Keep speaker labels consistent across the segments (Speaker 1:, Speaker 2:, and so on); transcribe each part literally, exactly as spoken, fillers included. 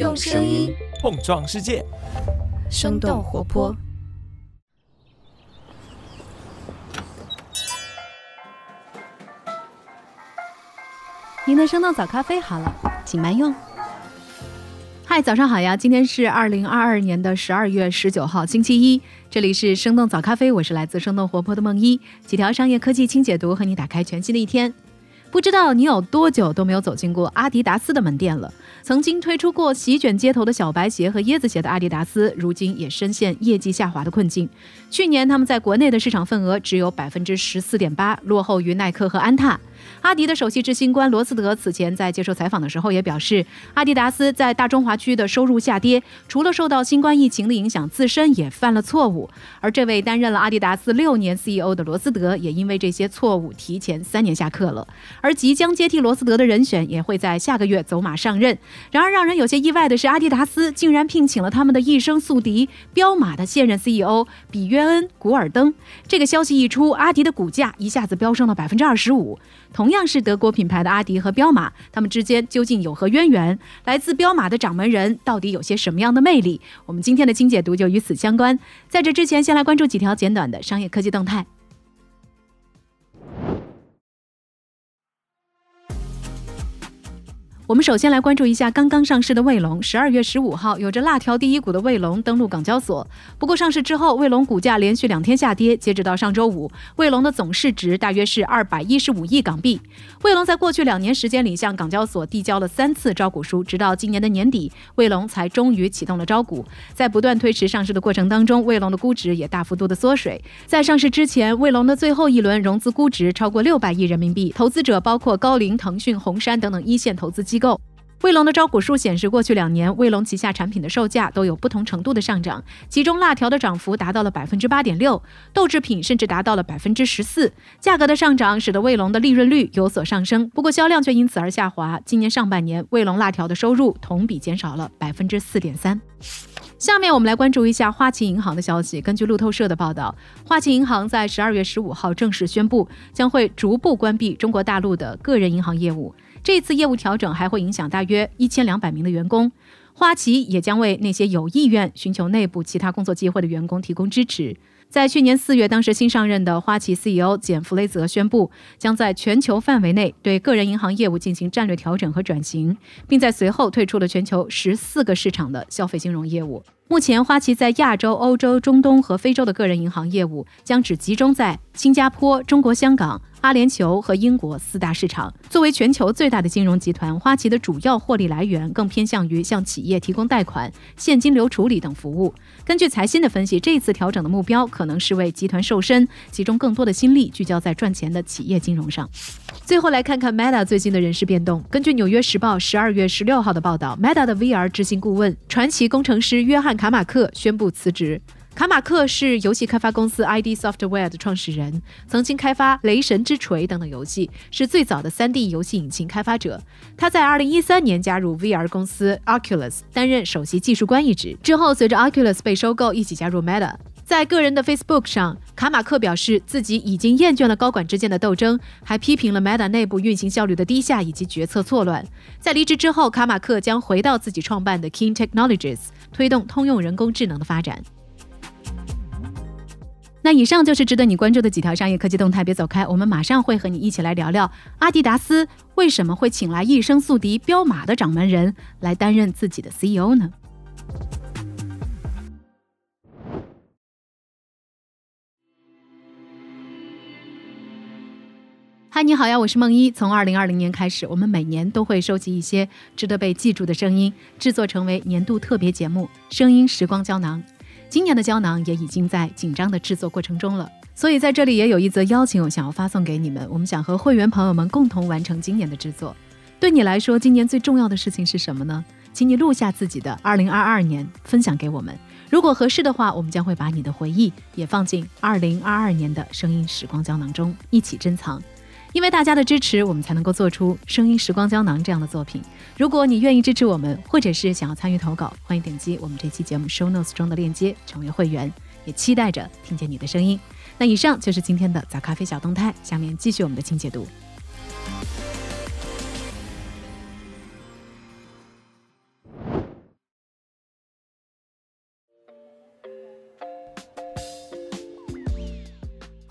Speaker 1: 用声音
Speaker 2: 碰撞世界，
Speaker 1: 生动活泼。
Speaker 3: 您的生动早咖啡好了，请慢用。嗨，早上好呀！今天是二零二二年的十二月十九号，星期一。这里是生动早咖啡，我是来自生动活泼的梦一，几条商业科技轻解读，和你打开全新的一天。不知道你有多久都没有走进过阿迪达斯的门店了？曾经推出过席卷街头的小白鞋和椰子鞋的阿迪达斯，如今也深陷业绩下滑的困境。去年他们在国内的市场份额只有 百分之十四点八， 落后于耐克和安踏。阿迪的首席执行官罗斯德此前在接受采访的时候也表示，阿迪达斯在大中华区的收入下跌，除了受到新冠疫情的影响，自身也犯了错误。而这位担任了阿迪达斯六年 C E O 的罗斯德，也因为这些错误提前三年下课了。而即将接替罗斯德的人选也会在下个月走马上任。然而让人有些意外的是，阿迪达斯竟然聘请了他们的一生宿敌彪马的现任 C E O 比约恩·古尔登。这个消息一出，阿迪的股价一下子飙升了 百分之二十五。同样是德国品牌的阿迪和彪马，他们之间究竟有何渊源？来自彪马的掌门人到底有些什么样的魅力？我们今天的轻解读就与此相关。在这之前，先来关注几条简短的商业科技动态。我们首先来关注一下刚刚上市的卫龙。十二月十五号，有着辣条第一股的卫龙登陆港交所。不过上市之后，卫龙股价连续两天下跌，截止到上周五，卫龙的总市值大约是二百一十五亿港币。卫龙在过去两年时间里向港交所递交了三次招股书，直到今年的年底，卫龙才终于启动了招股。在不断推迟上市的过程当中，卫龙的估值也大幅度的缩水。在上市之前，卫龙的最后一轮融资估值超过六百亿人民币，投资者包括高瓴、腾讯、红杉等等一线投资机构。卫龙的招股书显示，过去两年卫龙旗下产品的售价都有不同程度的上涨，其中辣条的涨幅达到了 百分之八点六， 豆制品甚至达到了 百分之十四。 价格的上涨使得卫龙的利润率有所上升，不过销量却因此而下滑。今年上半年卫龙辣条的收入同比减少了 百分之四点三。下面我们来关注一下花旗银行的消息。根据路透社的报道，花旗银行在十二月十五号正式宣布，将会逐步关闭中国大陆的个人银行业务。这次业务调整还会影响大约一千两百名的员工。花旗也将为那些有意愿寻求内部其他工作机会的员工提供支持。在去年四月，当时新上任的花旗 C E O 简·弗雷泽宣布，将在全球范围内对个人银行业务进行战略调整和转型，并在随后退出了全球十四个市场的消费金融业务。目前，花旗在亚洲、欧洲、中东和非洲的个人银行业务将只集中在新加坡、中国香港、阿联酋和英国四大市场。作为全球最大的金融集团，花旗的主要获利来源更偏向于向企业提供贷款、现金流处理等服务。根据财新的分析，这次调整的目标可能是为集团瘦身，集中更多的心力聚焦在赚钱的企业金融上。最后来看看 Meta 最近的人事变动。根据纽约时报十二月十六号的报道， Meta 的 V R 执行顾问、传奇工程师约翰卡马克宣布辞职。卡马克是游戏开发公司 I D Software 的创始人，曾经开发《雷神之锤》等等游戏，是最早的 三 D 游戏引擎开发者。他在二零一三年加入 V R 公司 Oculus， 担任首席技术官一职。之后随着 Oculus 被收购，一起加入 Meta。在个人的 Facebook 上，卡马克表示自己已经厌倦了高管之间的斗争，还批评了 Meta 内部运行效率的低下以及决策错乱。在离职之后，卡马克将回到自己创办的 King Technologies， 推动通用人工智能的发展。那以上就是值得你关注的几条商业科技动态，别走开，我们马上会和你一起来聊聊阿迪达斯为什么会请来一生宿敌彪马的掌门人来担任自己的 C E O 呢？嗨，你好呀，我是梦一。从二零二零年开始，我们每年都会收集一些值得被记住的声音，制作成为年度特别节目《声音时光胶囊》。今年的胶囊也已经在紧张的制作过程中了，所以在这里也有一则邀请我想要发送给你们，我们想和会员朋友们共同完成今年的制作。对你来说，今年最重要的事情是什么呢？请你录下自己的二零二二年，分享给我们。如果合适的话，我们将会把你的回忆也放进二零二二年的声音时光胶囊中，一起珍藏。因为大家的支持，我们才能够做出声音时光胶囊这样的作品。如果你愿意支持我们，或者是想要参与投稿，欢迎点击我们这期节目 show notes 中的链接成为会员，也期待着听见你的声音。那以上就是今天的早咖啡小动态，下面继续我们的轻解读。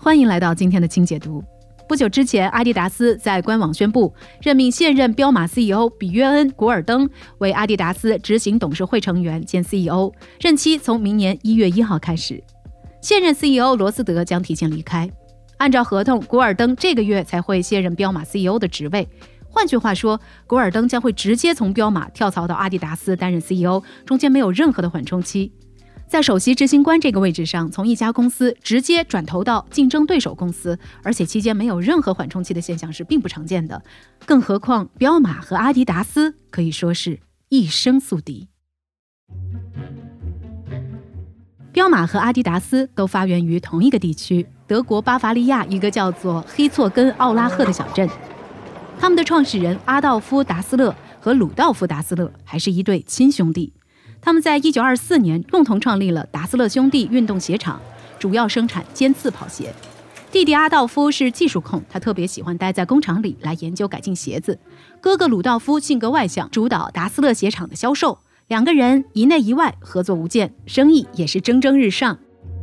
Speaker 3: 欢迎来到今天的轻解读。不久之前，阿迪达斯在官网宣布任命现任彪马 C E O 比约恩·古尔登为阿迪达斯执行董事会成员兼 C E O， 任期从明年一月一号开始。现任 C E O 罗斯德将提前离开。按照合同，古尔登这个月才会卸任彪马 C E O 的职位。换句话说，古尔登将会直接从彪马跳槽到阿迪达斯担任 C E O， 中间没有任何的缓冲期。在首席执行官这个位置上，从一家公司直接转投到竞争对手公司，而且期间没有任何缓冲期的现象是并不常见的。更何况彪马和阿迪达斯可以说是一生宿敌。彪马和阿迪达斯都发源于同一个地区，德国巴伐利亚一个叫做黑错根奥拉赫的小镇。他们的创始人阿道夫·达斯勒和鲁道夫·达斯勒还是一对亲兄弟。他们在一九二四年共同创立了达斯勒兄弟运动鞋厂，主要生产尖刺跑鞋。弟弟阿道夫是技术控，他特别喜欢待在工厂里来研究改进鞋子。哥哥鲁道夫性格外向，主导达斯勒鞋厂的销售。两个人一内一外合作无间，生意也是蒸蒸日上。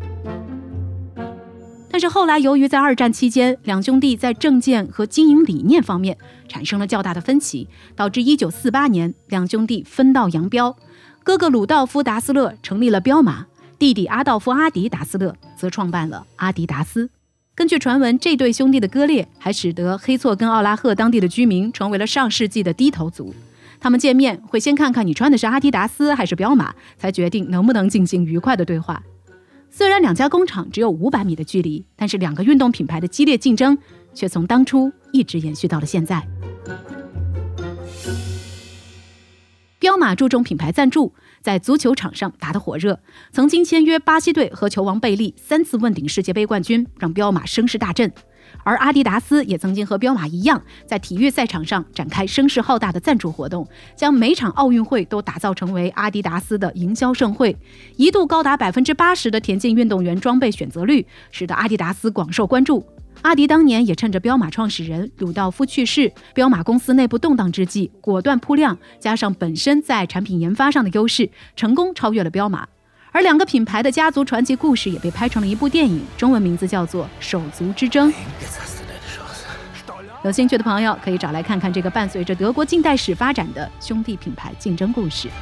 Speaker 3: 但是后来由于在二战期间，两兄弟在政见和经营理念方面产生了较大的分歧，导致一九四八年两兄弟分道扬镳。哥哥鲁道夫·达斯勒成立了彪马，弟弟阿道夫·阿迪·达斯勒则创办了阿迪达斯。根据传闻，这对兄弟的割裂还使得黑错根奥拉赫当地的居民成为了上世纪的低头族。他们见面会先看看你穿的是阿迪达斯还是彪马，才决定能不能进行愉快的对话。虽然两家工厂只有五百米的距离，但是两个运动品牌的激烈竞争却从当初一直延续到了现在。彪马注重品牌赞助，在足球场上打得火热，曾经签约巴西队和球王贝利，三次问鼎世界杯冠军，让彪马声势大振。而阿迪达斯也曾经和彪马一样，在体育赛场上展开声势浩大的赞助活动，将每场奥运会都打造成为阿迪达斯的营销盛会，一度高达 百分之八十 的田径运动员装备选择率，使得阿迪达斯广受关注。阿迪当年也趁着彪马创始人鲁道夫去世，彪马公司内部动荡之际，果断铺量，加上本身在产品研发上的优势，成功超越了彪马。而两个品牌的家族传奇故事也被拍成了一部电影，中文名字叫做《手足之争》。有兴趣的朋友可以找来看看这个伴随着德国近代史发展的兄弟品牌竞争故事。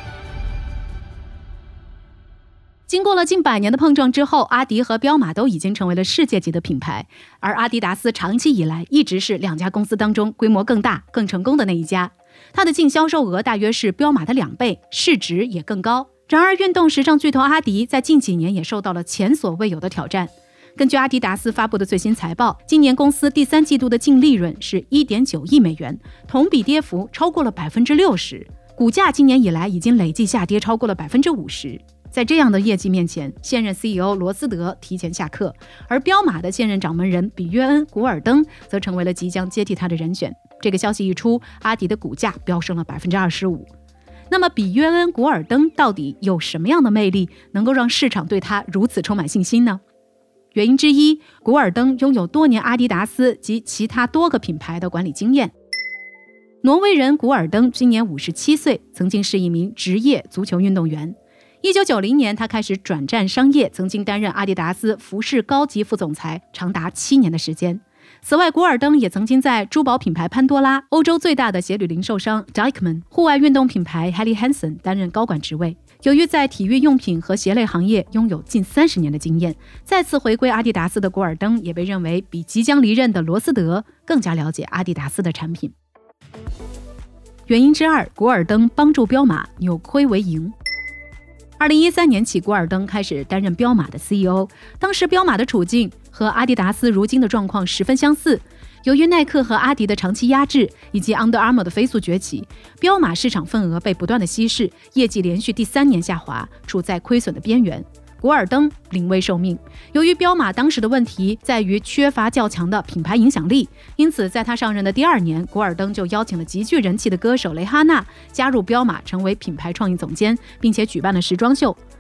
Speaker 3: 经过了近百年的碰撞之后，阿迪和彪马都已经成为了世界级的品牌，而阿迪达斯长期以来一直是两家公司当中规模更大、更成功的那一家。它的净销售额大约是彪马的两倍，市值也更高。然而，运动时尚巨头阿迪在近几年也受到了前所未有的挑战。根据阿迪达斯发布的最新财报，今年公司第三季度的净利润是 一点九亿美元，同比跌幅超过了 百分之六十， 股价今年以来已经累计下跌超过了 百分之五十。在这样的业绩面前，现任 C E O 罗斯德提前下课，而彪马的现任掌门人比约恩·古尔登则成为了即将接替他的人选。这个消息一出，阿迪的股价飙升了 百分之二十五。那么比约恩·古尔登到底有什么样的魅力，能够让市场对他如此充满信心呢？原因之一，古尔登拥有多年阿迪达斯及其他多个品牌的管理经验。挪威人古尔登今年五十七岁，曾经是一名职业足球运动员。一九九零年，他开始转战商业，曾经担任阿迪达斯服饰高级副总裁，长达七年的时间。此外，古尔登也曾经在珠宝品牌潘多拉、欧洲最大的鞋履零售商 Deichmann、户外运动品牌 Helly Hansen 担任高管职位。由于在体育用品和鞋类行业拥有近三十年的经验，再次回归阿迪达斯的古尔登也被认为比即将离任的罗斯德更加了解阿迪达斯的产品。原因之二，古尔登帮助彪马扭亏为盈。二零一三年起，古尔登开始担任彪马的 C E O。当时彪马的处境和阿迪达斯如今的状况十分相似。由于耐克和阿迪的长期压制，以及 Under Armour 的飞速崛起，彪马市场份额被不断的稀释，业绩连续第三年下滑，处在亏损的边缘。古尔登临危受命。由于彪马当时的问题在于缺乏较强的品牌影响力，因此在他上任的第二年，古尔登就邀请了极具人气的歌手蕾哈娜加入彪马，成为品牌创意总监，并且举办了时装秀。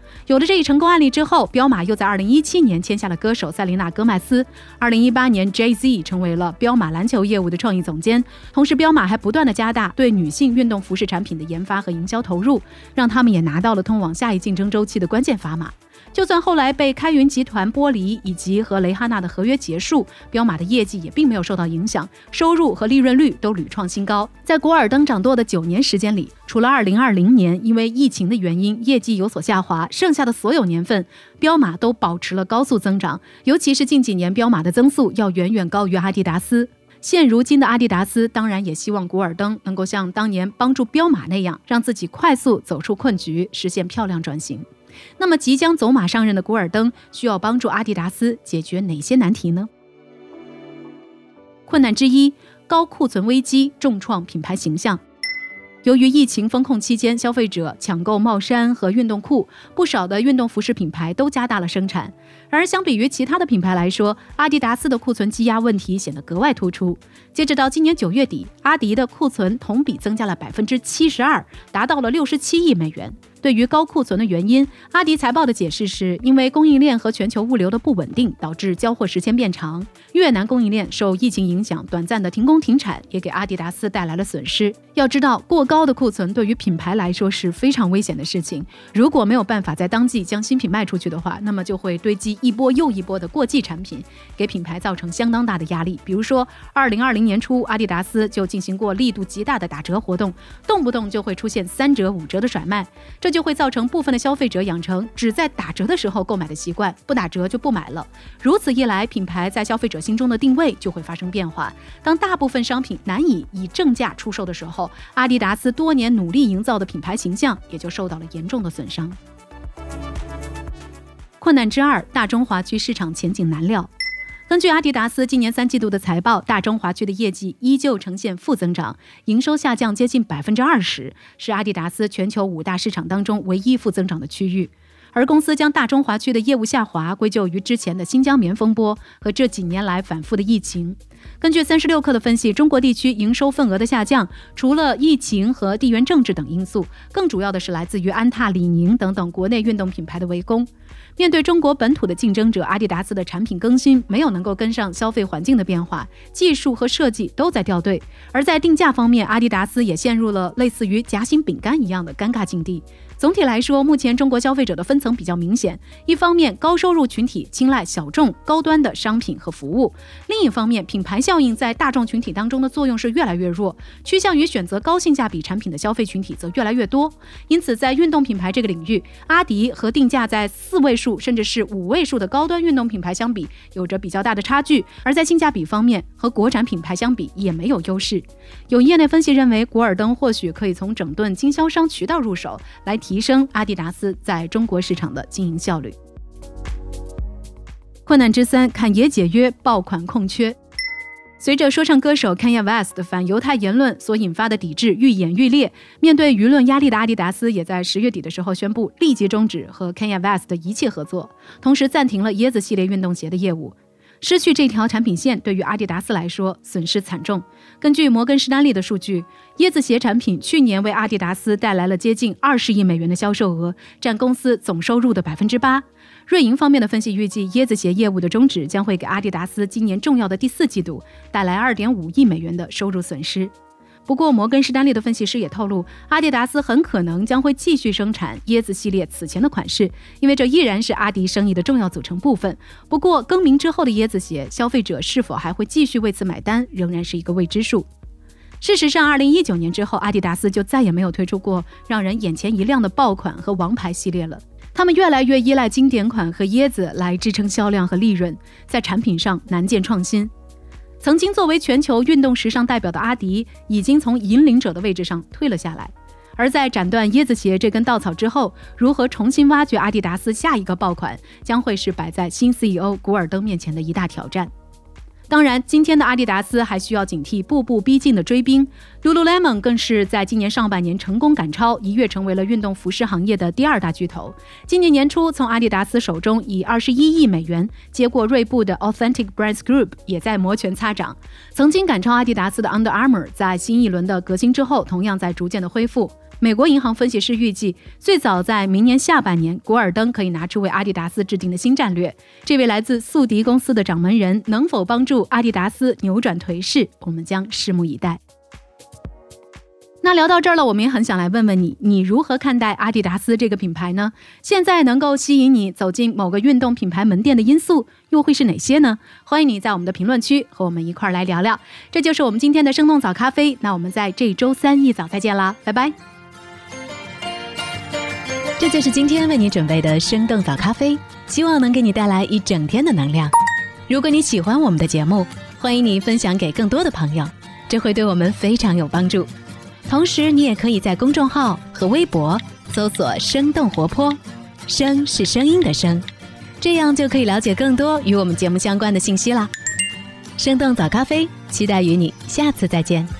Speaker 3: 有了这一成功案例之后，彪马又在二零一七年签下了歌手塞琳娜·戈麦斯。二零一八年 Jay Z 成为了彪马篮球业务的创意总监。同时彪马还不断地加大对女性运动服饰产品的研发和营销投入，让他们也拿到了通往下一竞争周期的关键砝码。就算后来被开云集团剥离，以及和蕾哈娜的合约结束，彪马的业绩也并没有受到影响，收入和利润率都屡创新高。在古尔登掌舵的九年时间里，除了二零二零年因为疫情的原因业绩有所下滑，剩下的所有年份彪马都保持了高速增长，尤其是近几年彪马的增速要远远高于阿迪达斯。现如今的阿迪达斯当然也希望古尔登能够像当年帮助彪马那样，让自己快速走出困局，实现漂亮转型。那么即将走马上任的古尔登需要帮助阿迪达斯解决哪些难题呢？困难之一，高库存危机重创品牌形象。由于疫情封控期间，消费者抢购帽衫和运动裤，不少的运动服饰品牌都加大了生产。然而相比于其他的品牌来说，阿迪达斯的库存积压问题显得格外突出。截止到今年九月底，阿迪的库存同比增加了 百分之七十二， 达到了六十七亿美元。对于高库存的原因，阿迪财报的解释是因为供应链和全球物流的不稳定，导致交货时间变长。越南供应链受疫情影响，短暂的停工停产，也给阿迪达斯带来了损失。要知道，过高的库存对于品牌来说是非常危险的事情。如果没有办法在当季将新品卖出去的话，那么就会堆积一波又一波的过季产品，给品牌造成相当大的压力。比如说二零二零年初，阿迪达斯就进行过力度极大的打折活动，动不动就会出现三折五折的甩卖，这就会造成部分的消费者养成只在打折的时候购买的习惯，不打折就不买了。如此一来，品牌在消费者心中的定位就会发生变化。当大部分商品难以以正价出售的时候，阿迪达斯多年努力营造的品牌形象也就受到了严重的损伤。困难之二，大中华区市场前景难料。根据阿迪达斯今年三季度的财报，大中华区的业绩依旧呈现负增长，营收下降接近 百分之二十， 是阿迪达斯全球五大市场当中唯一负增长的区域。而公司将大中华区的业务下滑归咎于之前的新疆棉风波和这几年来反复的疫情。根据三十六氪的分析，中国地区营收份额的下降，除了疫情和地缘政治等因素，更主要的是来自于安踏、李宁等等国内运动品牌的围攻。面对中国本土的竞争者，阿迪达斯的产品更新没有能够跟上消费环境的变化，技术和设计都在掉队。而在定价方面，阿迪达斯也陷入了类似于夹心饼干一样的尴尬境地。总体来说，目前中国消费者的分层比较明显，一方面高收入群体青睐小众高端的商品和服务，另一方面品牌效应在大众群体当中的作用是越来越弱，趋向于选择高性价比产品的消费群体则越来越多。因此在运动品牌这个领域，阿迪和定价在四位数甚至是五位数的高端运动品牌相比有着比较大的差距，而在性价比方面和国产品牌相比也没有优势。有业内分析认为，古尔登或许可以从整顿经销商渠道入手，来提升阿迪达斯在中国市场的经营效率。困难之三，侃爷解约，爆款空缺。随着说唱歌手 Kanye West 的反犹太言论所引发的抵制愈演愈烈，面对舆论压力的阿迪达斯也在十月底的时候宣布立即终止和 Kanye West 的一切合作，同时暂停了椰子系列运动鞋的业务。失去这条产品线对于阿迪达斯来说损失惨重。根据摩根士丹利的数据，椰子鞋产品去年为阿迪达斯带来了接近二十亿美元的销售额，占公司总收入的 百分之八。 瑞银方面的分析预计，椰子鞋业务的终止将会给阿迪达斯今年重要的第四季度带来 二点五亿美元的收入损失。不过摩根士丹利的分析师也透露，阿迪达斯很可能将会继续生产椰子系列此前的款式，因为这依然是阿迪生意的重要组成部分。不过更名之后的椰子鞋，消费者是否还会继续为此买单，仍然是一个未知数。事实上二零一九年之后，阿迪达斯就再也没有推出过让人眼前一亮的爆款和王牌系列了。他们越来越依赖经典款和椰子来支撑销量和利润，在产品上难见创新。曾经作为全球运动时尚代表的阿迪，已经从引领者的位置上退了下来。而在斩断椰子鞋这根稻草之后，如何重新挖掘阿迪达斯下一个爆款，将会是摆在新 C E O 古尔登面前的一大挑战。当然，今天的阿迪达斯还需要警惕步步逼近的追兵。Lululemon 更是在今年上半年成功赶超，一跃成为了运动服饰行业的第二大巨头。今年年初，从阿迪达斯手中以二十一亿美元接过锐步的 Authentic Brands Group， 也在摩拳擦掌。曾经赶超阿迪达斯的 Under Armour， 在新一轮的革新之后，同样在逐渐的恢复。 美国银行分析师预计，最早在明年下半年，古尔登可以拿出为阿迪达斯制定的新战略。这位来自速迪公司的掌门人能否帮助阿迪达斯扭转颓势，我们将拭目以待。那聊到这儿了，我们也很想来问问你，你如何看待阿迪达斯这个品牌呢？现在能够吸引你走进某个运动品牌门店的因素又会是哪些呢？欢迎你在我们的评论区和我们一块儿来聊聊。这就是我们今天的生动早咖啡，那我们在这周三一早再见啦，拜拜。
Speaker 1: 这就是今天为你准备的生动早咖啡，希望能给你带来一整天的能量。如果你喜欢我们的节目，欢迎你分享给更多的朋友，这会对我们非常有帮助。同时你也可以在公众号和微博搜索生动活泼，声是声音的声，这样就可以了解更多与我们节目相关的信息啦。生动早咖啡，期待与你下次再见。